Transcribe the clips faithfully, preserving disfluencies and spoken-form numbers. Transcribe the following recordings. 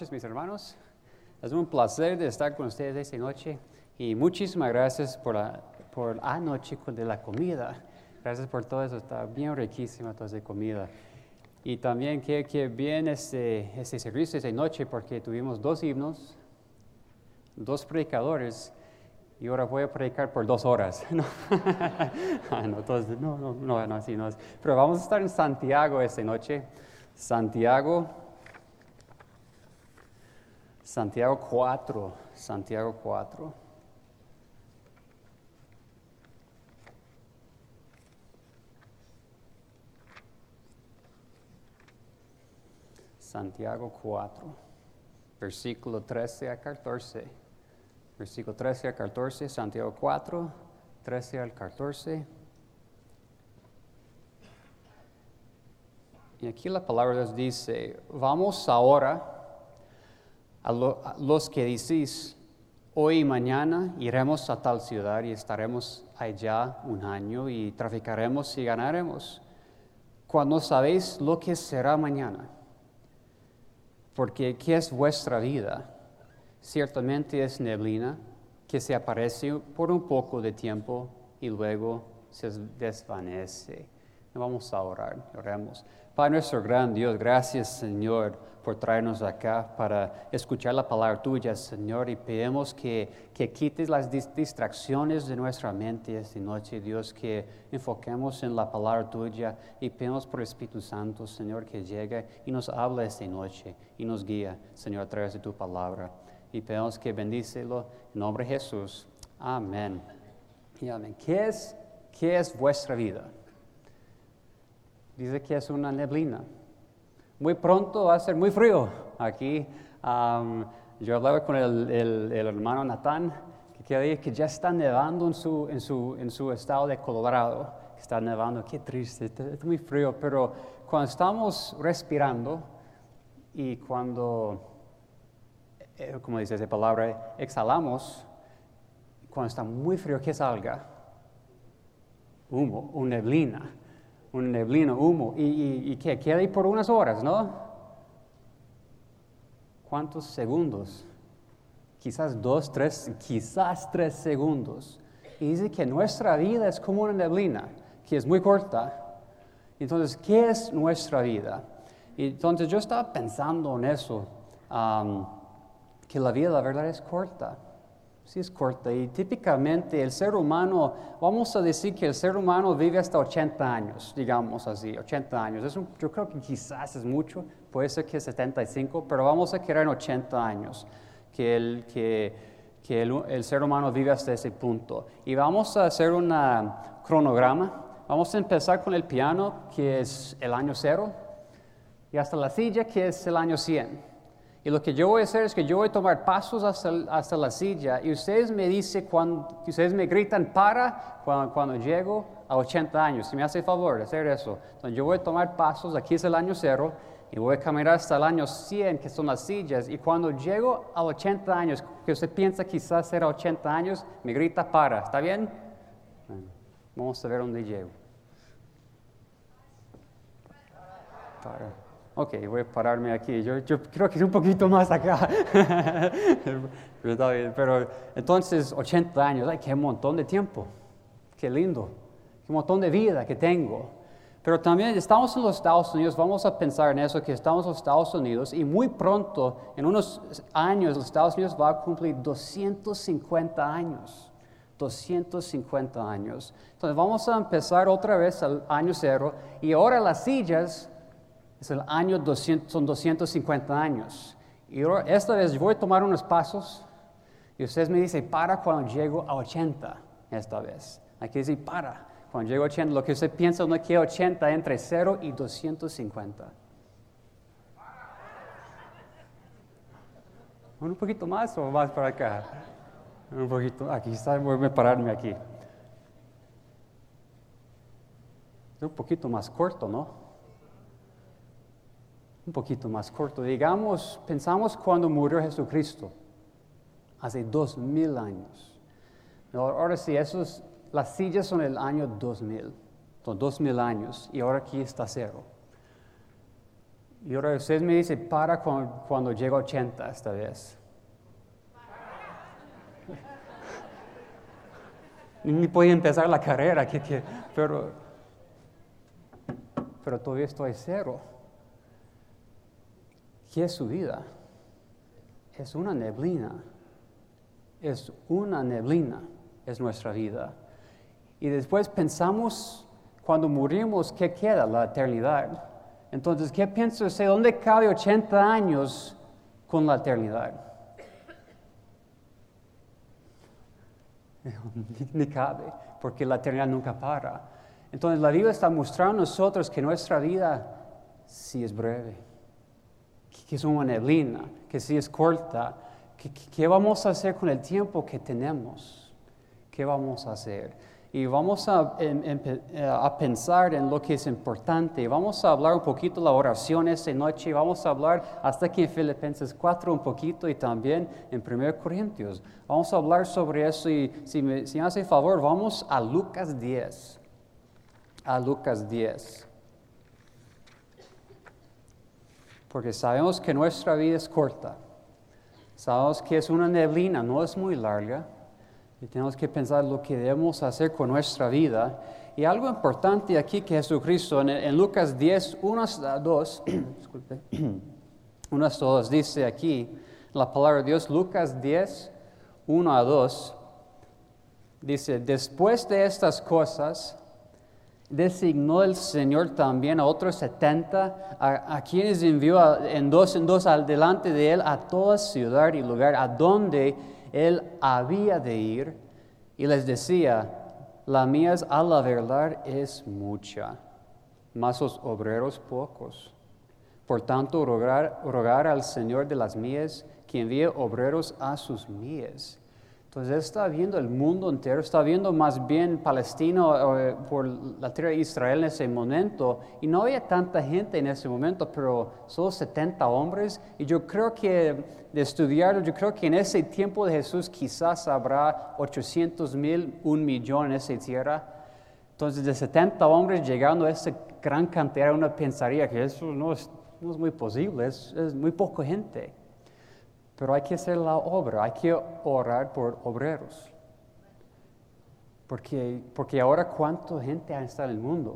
Mis hermanos, es un placer de estar con ustedes esta noche y muchísimas gracias por la por anoche de la comida. Gracias por todo eso, está bien riquísima toda esa comida. Y también que, que bien este, este servicio esta noche porque tuvimos dos himnos, dos predicadores y ahora voy a predicar por dos horas. No, ah, no, entonces, no, no, no, no, así no es. Pero vamos a estar en Santiago esta noche. Santiago. Santiago cuatro, Santiago cuatro. Santiago cuatro, versículo trece a catorce. Versículo trece a catorce, Santiago cuatro, trece al catorce. Y aquí la palabra de Dios dice, vamos ahora a, lo, a los que decís, hoy y mañana iremos a tal ciudad y estaremos allá un año y traficaremos y ganaremos, cuando sabéis lo que será mañana. Porque ¿qué es vuestra vida? Ciertamente es neblina que se aparece por un poco de tiempo y luego se desvanece. Vamos a orar, oremos. Padre nuestro gran Dios, gracias Señor por traernos acá para escuchar la palabra tuya, Señor, y pedimos que, que quites las distracciones de nuestra mente esta noche, Dios, que enfoquemos en la palabra tuya y pedimos por el Espíritu Santo, Señor, que llegue y nos hable esta noche y nos guíe, Señor, a través de tu palabra. Y pedimos que bendícelo en nombre de Jesús. Amén. Y amén. ¿Qué es, qué es vuestra vida? Dice que es una neblina. Muy pronto va a ser muy frío. Aquí um, yo hablaba con el, el, el hermano Natán, que quería que ya está nevando en su, en, su, en su estado de Colorado. Que está nevando, qué triste, es muy frío. Pero cuando estamos respirando y cuando, eh, como dice esa palabra, exhalamos, cuando está muy frío, ¿qué salga? Humo, una neblina. Una neblina, humo, y, y, y que queda ahí por unas horas, ¿no? ¿Cuántos segundos? Quizás dos, tres, quizás tres segundos. Y dice que nuestra vida es como una neblina, que es muy corta. Entonces, ¿qué es nuestra vida? Y entonces yo estaba pensando en eso, um, que la vida, la verdad, es corta. Sí es corta y típicamente el ser humano, vamos a decir que el ser humano vive hasta ochenta años, digamos así, ochenta años. Es un, yo creo que quizás es mucho, puede ser que setenta y cinco, pero vamos a quedar en ochenta años, que el, que, que el, el ser humano vive hasta ese punto. Y vamos a hacer un cronograma, vamos a empezar con el piano, que es el año cero, y hasta la silla, que es el año cien. Y lo que yo voy a hacer es que yo voy a tomar pasos hasta, hasta la silla y ustedes me dicen, cuando, ustedes me gritan para cuando, cuando llego a ochenta años. Si me hace el favor de hacer eso. Entonces yo voy a tomar pasos, aquí es el año cero, y voy a caminar hasta el año cien, que son las sillas. Y cuando llego a ochenta años, que usted piensa quizás será ochenta años, me grita para. ¿Está bien? Bueno, vamos a ver dónde llego. Para. Ok, voy a pararme aquí. Yo, yo creo que es un poquito más acá. Pero entonces, ochenta años, ay, qué montón de tiempo. Qué lindo. Qué montón de vida que tengo. Pero también estamos en los Estados Unidos, vamos a pensar en eso, que estamos en los Estados Unidos y muy pronto, en unos años, los Estados Unidos va a cumplir doscientos cincuenta años. doscientos cincuenta años. Entonces vamos a empezar otra vez al año cero y ahora las sillas es el año doscientos, son doscientos cincuenta años. Y ahora, esta vez voy a tomar unos pasos y ustedes me dicen para cuando llego a ochenta esta vez. Hay que decir para cuando llego a ochenta. Lo que usted piensa no es que ochenta entre cero y doscientos cincuenta. Un poquito más o más para acá. Un poquito, aquí está, voy a pararme aquí. Es un poquito más corto, ¿no? Un poquito más corto. Digamos, pensamos cuando murió Jesucristo, hace dos mil años. Ahora sí, esos, las sillas son el año dos mil, son dos mil años, y ahora aquí está cero. Y ahora usted me dice, para cuando, cuando llego a ochenta esta vez. Ni puedo empezar la carrera, que, que, pero, pero todavía estoy cero. ¿Qué es su vida? Es una neblina. Es una neblina, es nuestra vida. Y después pensamos, cuando morimos, ¿qué queda? La eternidad. Entonces, ¿qué piensa usted? ¿Dónde cabe ochenta años con la eternidad? Ni, ni cabe, porque la eternidad nunca para. Entonces, la Biblia está mostrando a nosotros que nuestra vida sí es breve, que es una neblina, que sí es corta. ¿Qué, qué vamos a hacer con el tiempo que tenemos? ¿Qué vamos a hacer? Y vamos a, en, en, a pensar en lo que es importante. Vamos a hablar un poquito de la oración esta noche. Vamos a hablar hasta aquí en Filipenses cuatro un poquito y también en primero Corintios. Vamos a hablar sobre eso y si me, si me hace favor, vamos a Lucas diez. A Lucas diez. Porque sabemos que nuestra vida es corta. Sabemos que es una neblina, no es muy larga. Y tenemos que pensar lo que debemos hacer con nuestra vida. Y algo importante aquí que Jesucristo, en, en Lucas diez, uno a dos, disculpe, uno a dos, dice aquí, la palabra de Dios, Lucas diez, uno a dos, dice, después de estas cosas, designó el Señor también a otros setenta, a, a quienes envió a, en dos en dos al delante de él a toda ciudad y lugar a donde él había de ir, y les decía, la mies a la verdad es mucha, mas los obreros pocos. Por tanto, rogar, rogar al Señor de las mies que envíe obreros a sus mies. Entonces, él está viendo el mundo entero, está viendo más bien Palestina eh, por la tierra de Israel en ese momento. Y no había tanta gente en ese momento, pero solo setenta hombres. Y yo creo que, de estudiarlo, yo creo que en ese tiempo de Jesús quizás habrá ochocientos mil, un millón en esa tierra. Entonces, de setenta hombres llegando a esa gran cantidad, uno pensaría que eso no es, no es muy posible, es, es muy poca gente. Pero hay que hacer la obra, hay que orar por obreros. Porque, porque ahora, ¿cuánta gente está en el mundo?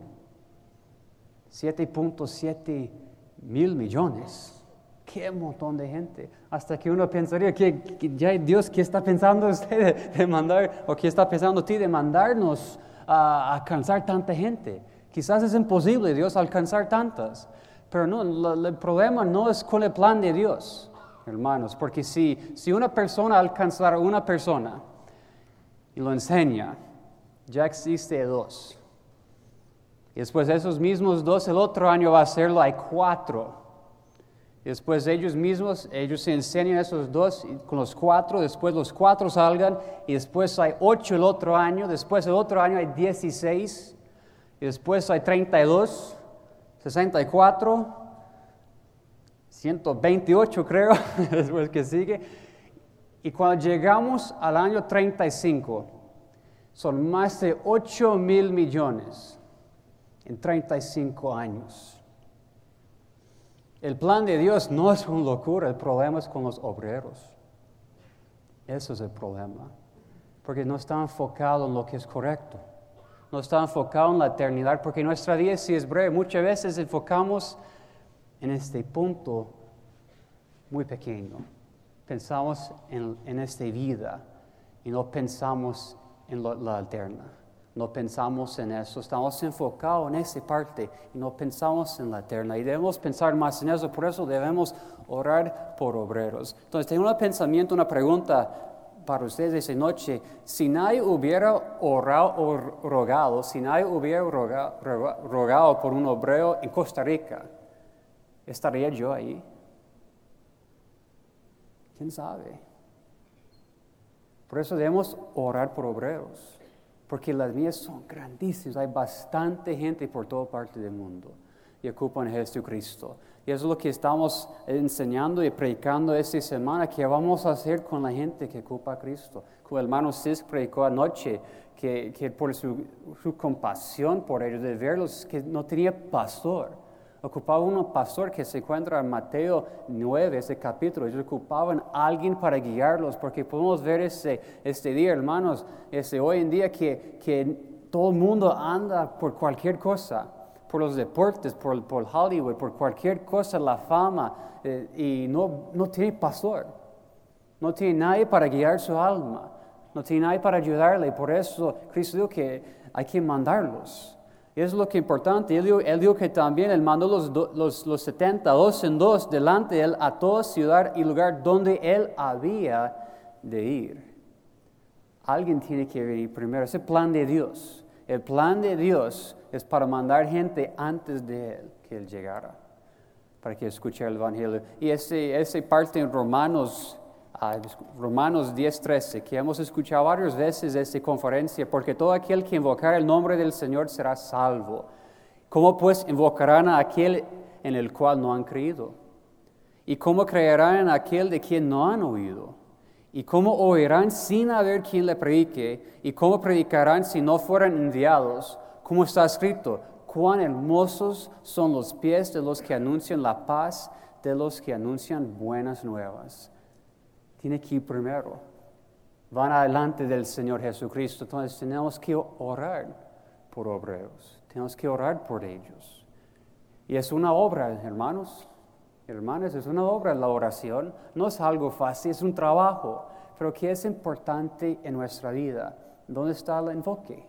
siete punto siete mil millones. ¡Qué montón de gente! Hasta que uno pensaría que, que ya Dios, ¿qué está pensando usted de, de mandar, o qué está pensando ti de mandarnos a, a alcanzar tanta gente? Quizás es imposible Dios alcanzar tantas. Pero no, lo, el problema no es con el plan de Dios. Hermanos, porque si, si una persona alcanzara a una persona y lo enseña, ya existe dos. Y después de esos mismos dos, el otro año va a hacerlo, hay cuatro. Y después ellos mismos, ellos se enseñan a esos dos y con los cuatro, después los cuatro salgan y después hay ocho el otro año, después el otro año hay dieciséis y después hay treinta y dos, sesenta y cuatro. ciento veintiocho creo, después que sigue. Y cuando llegamos al año treinta y cinco, son más de ocho mil millones en treinta y cinco años. El plan de Dios no es una locura, el problema es con los obreros. Eso es el problema, porque no está enfocado en lo que es correcto. No está enfocado en la eternidad, porque nuestra vida sí es breve. Muchas veces enfocamos en este punto muy pequeño. Pensamos en, en esta vida y no pensamos en lo, la eterna. No pensamos en eso. Estamos enfocados en esa parte y no pensamos en la eterna. Y debemos pensar más en eso. Por eso debemos orar por obreros. Entonces, tengo un pensamiento, una pregunta para ustedes esta noche. Si nadie hubiera orado o rogado, si nadie hubiera rogado, rogado por un obrero en Costa Rica, ¿estaría yo ahí? ¿Quién sabe? Por eso debemos orar por obreros, porque las mías son grandísimas. Hay bastante gente por toda parte del mundo y ocupan a Jesucristo. Y eso es lo que estamos enseñando y predicando esta semana, que vamos a hacer con la gente que ocupa a Cristo. Como el hermano Cis predicó anoche, que, que por su, su compasión por ellos, de verlos que no tenía pastor. Ocupaba un pastor que se encuentra en Mateo nueve, ese capítulo. Ellos ocupaban a alguien para guiarlos, porque podemos ver este, este día, hermanos, este, hoy en día que, que todo el mundo anda por cualquier cosa, por los deportes, por, por Hollywood, por cualquier cosa, la fama, eh, y no, no tiene pastor. No tiene nadie para guiar su alma. No tiene nadie para ayudarle. Por eso Cristo dijo que hay que mandarlos. Y eso es lo que es importante. Él dijo, él dijo que también Él mandó los, los, los setenta, dos en dos, delante de Él a toda ciudad y lugar donde Él había de ir. Alguien tiene que venir primero. Ese plan de Dios. El plan de Dios es para mandar gente antes de Él, que Él llegara, para que escuche el Evangelio. Y ese, ese parte en Romanos Uh, Romanos diez, trece, que hemos escuchado varias veces de esta conferencia, porque todo aquel que invocar el nombre del Señor será salvo. ¿Cómo pues invocarán a aquel en el cual no han creído? ¿Y cómo creerán en aquel de quien no han oído? ¿Y cómo oirán sin haber quien le predique? ¿Y cómo predicarán si no fueran enviados? Como está escrito, cuán hermosos son los pies de los que anuncian la paz, de los que anuncian buenas nuevas. Tiene que ir primero. Van adelante del Señor Jesucristo. Entonces tenemos que orar por obreros. Tenemos que orar por ellos. Y es una obra, hermanos. Hermanos, es una obra la oración. No es algo fácil, es un trabajo. Pero que es importante en nuestra vida. ¿Dónde está el enfoque?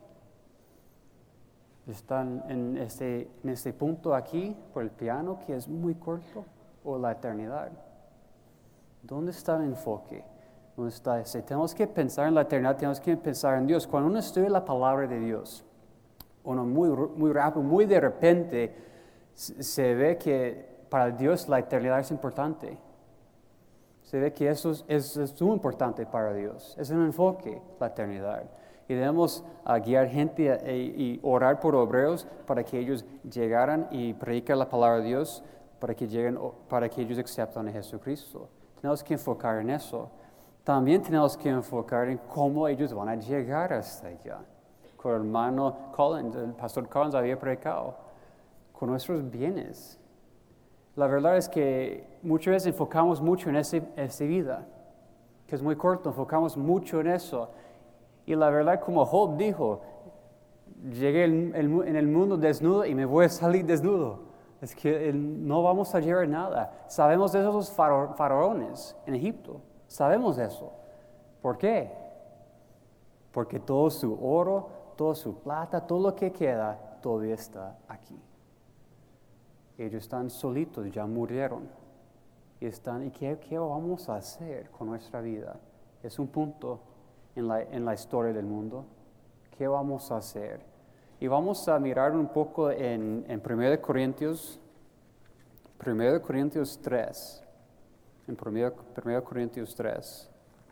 ¿Están en este, en este punto aquí, por el piano, que es muy corto? ¿O la eternidad? ¿Dónde está el enfoque? ¿Dónde está ese? Tenemos que pensar en la eternidad, tenemos que pensar en Dios. Cuando uno estudia la palabra de Dios, uno muy, muy rápido, muy de repente, se ve que para Dios la eternidad es importante. Se ve que eso es, es, es muy importante para Dios. Es un enfoque, la eternidad. Y debemos uh, guiar gente a, e, y orar por obreros para que ellos llegaran y prediquen la palabra de Dios, para que, lleguen, para que ellos acepten a Jesucristo. Tenemos que enfocar en eso. También tenemos que enfocar en cómo ellos van a llegar hasta allá. Con el hermano Collins, el pastor Collins había predicado, con nuestros bienes. La verdad es que muchas veces enfocamos mucho en esa vida, que es muy corto, enfocamos mucho en eso. Y la verdad, como Job dijo, llegué en el, en el mundo desnudo y me voy a salir desnudo. Es que no vamos a llevar nada. Sabemos de esos faraones en Egipto. Sabemos de eso. ¿Por qué? Porque todo su oro, toda su plata, todo lo que queda, todavía está aquí. Ellos están solitos, ya murieron. Y, están, ¿y qué, qué vamos a hacer con nuestra vida? Es un punto en la, en la historia del mundo. ¿Qué vamos a hacer? Y vamos a mirar un poco en, en primera de Corintios, primera de Corintios tres. En primera de Corintios tres.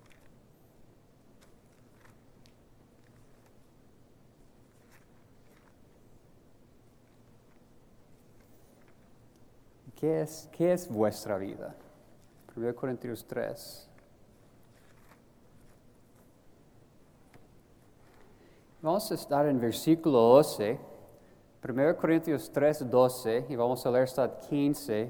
¿Qué es, qué es vuestra vida? primera de Corintios tres. Vamos a estar en versículo doce, primera de Corintios tres, doce, y vamos a leer hasta quince.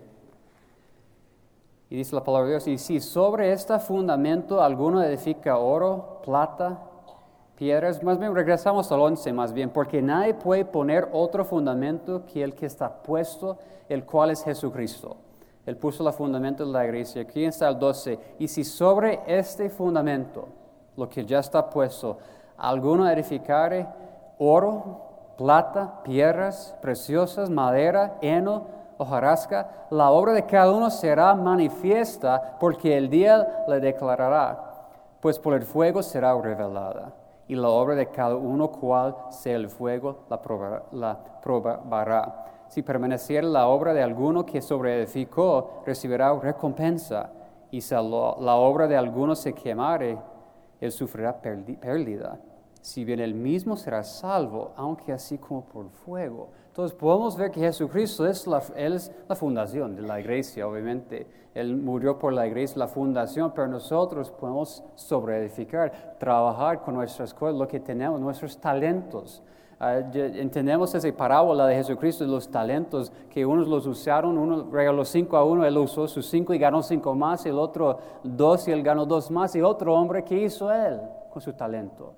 Y dice la palabra de Dios, y si sobre este fundamento alguno edifica oro, plata, piedras, más bien regresamos al once más bien, porque nadie puede poner otro fundamento que el que está puesto, el cual es Jesucristo. Él puso el fundamento de la iglesia. Aquí está el doce, y si sobre este fundamento, lo que ya está puesto, alguno edificare oro, plata, piedras preciosas, madera, heno, hojarasca, la obra de cada uno será manifiesta, porque el día la declarará, pues por el fuego será revelada, y la obra de cada uno, cual sea el fuego, la probará. La probará. Si permaneciera la obra de alguno que sobreedificó, recibirá recompensa, y si la, la obra de alguno se quemare, él sufrirá pérdida. Si bien él mismo será salvo, aunque así como por fuego. Entonces podemos ver que Jesucristo es la, él es la fundación de la iglesia, obviamente. Él murió por la iglesia, la fundación, pero nosotros podemos sobreedificar, trabajar con nuestras cosas, lo que tenemos, nuestros talentos. Uh, entendemos esa parábola de Jesucristo de los talentos, que unos los usaron, uno regaló cinco a uno, él usó sus cinco y ganó cinco más, el otro dos y él ganó dos más, y otro hombre, ¿qué hizo él con su talento?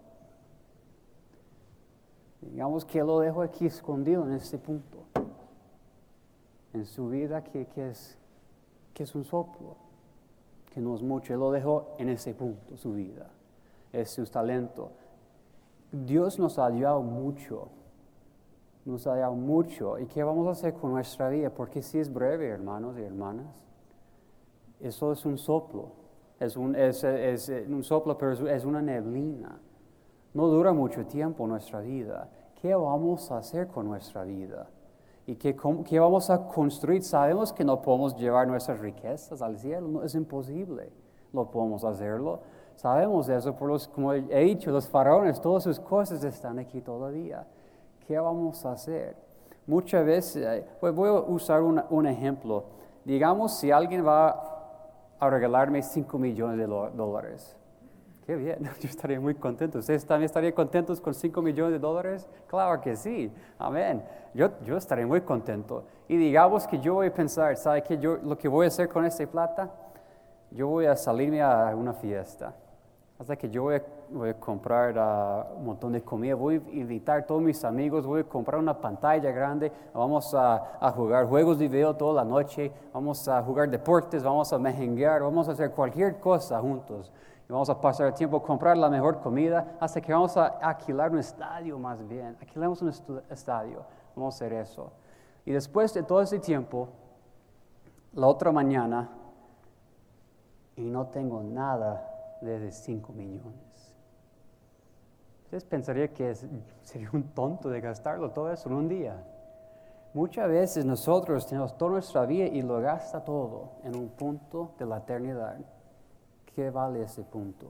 Digamos que él lo dejó aquí escondido en este punto, en su vida que, que, es, que es un soplo, que no es mucho, él lo dejó en ese punto, su vida, es su talento. Dios nos ha ayudado mucho, nos ha ayudado mucho. ¿Y qué vamos a hacer con nuestra vida? Porque si es breve, hermanos y hermanas, eso es un soplo, es un, es, es, es un soplo, pero es, es una neblina. No dura mucho tiempo nuestra vida. ¿Qué vamos a hacer con nuestra vida? ¿Y qué, qué vamos a construir? Sabemos que no podemos llevar nuestras riquezas al cielo, no, es imposible, no podemos hacerlo. Sabemos eso, por los, como he dicho, los faraones, todas sus cosas están aquí todavía. ¿Qué vamos a hacer? Muchas veces, pues voy a usar una, un ejemplo. Digamos, si alguien va a regalarme cinco millones de dólares. Qué bien, yo estaría muy contento. ¿Ustedes también estarían contentos con cinco millones de dólares? Claro que sí, amén. Yo, yo estaría muy contento. Y digamos que yo voy a pensar, ¿sabe qué? Yo, lo que voy a hacer con esta plata, yo voy a salirme a una fiesta. Hasta que yo voy a, voy a comprar uh, un montón de comida, voy a invitar a todos mis amigos, voy a comprar una pantalla grande, vamos a, a jugar juegos de video toda la noche, vamos a jugar deportes, vamos a mejenguear, vamos a hacer cualquier cosa juntos. Y vamos a pasar el tiempo a comprar la mejor comida hasta que vamos a alquilar un estadio más bien. Alquilamos un estadio, vamos a hacer eso. Y después de todo ese tiempo, la otra mañana, y no tengo nada de cinco millones. Ustedes pensarían que es, sería un tonto de gastarlo todo eso en un día. Muchas veces nosotros tenemos toda nuestra vida y lo gasta todo en un punto de la eternidad. ¿Qué vale ese punto?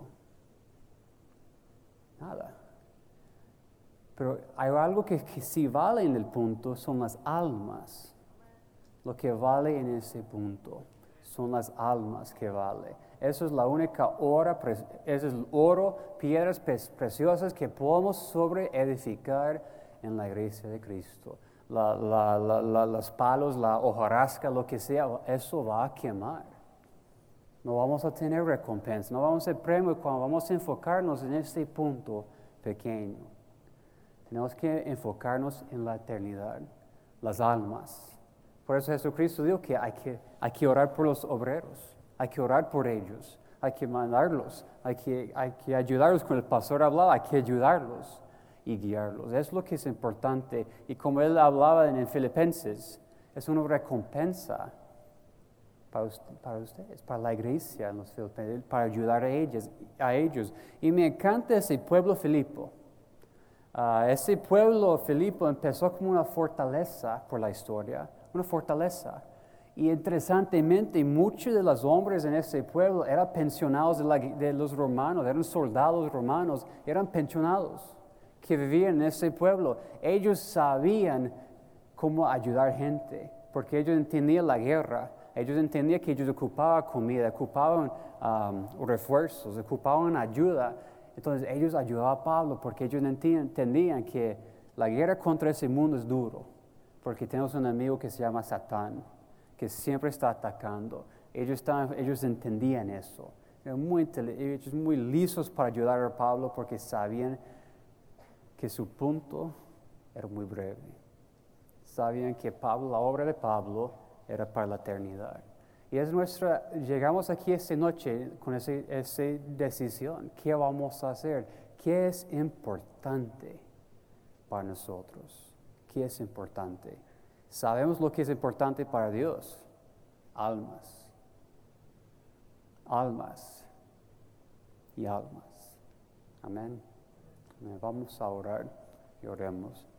Nada. Pero hay algo que, que sí vale en el punto, son las almas. Lo que vale en ese punto son las almas que vale. Eso es la única oro, eso es el oro, piedras preciosas que podemos sobre edificar en la iglesia de Cristo. La, la, la, la, los palos, la hojarasca, lo que sea, eso va a quemar. No vamos a tener recompensa, no vamos a tener premio cuando vamos a enfocarnos en este punto pequeño. Tenemos que enfocarnos en la eternidad, las almas. Por eso Jesucristo dijo que hay que, hay que orar por los obreros. Hay que orar por ellos, hay que mandarlos, hay que, hay que ayudarlos. Cuando el pastor hablaba, hay que ayudarlos y guiarlos. Es lo que es importante. Y como él hablaba en Filipenses, es una recompensa para, para ustedes, para la iglesia en los Filipenses, para ayudar a ellos. A ellos. Y me encanta ese pueblo Filipo. Uh, ese pueblo Filipo empezó como una fortaleza por la historia, una fortaleza. Y interesantemente, muchos de los hombres en ese pueblo eran pensionados de, la, de los romanos, eran soldados romanos, eran pensionados que vivían en ese pueblo. Ellos sabían cómo ayudar gente, porque ellos entendían la guerra, ellos entendían que ellos ocupaban comida, ocupaban um, refuerzos, ocupaban ayuda. Entonces ellos ayudaban a Pablo porque ellos entendían que la guerra contra ese mundo es duro, porque tenemos un enemigo que se llama Satán, que siempre está atacando. Ellos, estaban, ellos entendían eso. Eran muy, ellos muy listos para ayudar a Pablo porque sabían que su punto era muy breve. Sabían que Pablo, la obra de Pablo era para la eternidad. Y es nuestra, llegamos aquí esta noche con esa, esa decisión. ¿Qué vamos a hacer? ¿Qué es importante para nosotros? ¿Qué es importante? Sabemos lo que es importante para Dios. Almas. Almas. Y almas. Amén. Vamos a orar y oremos.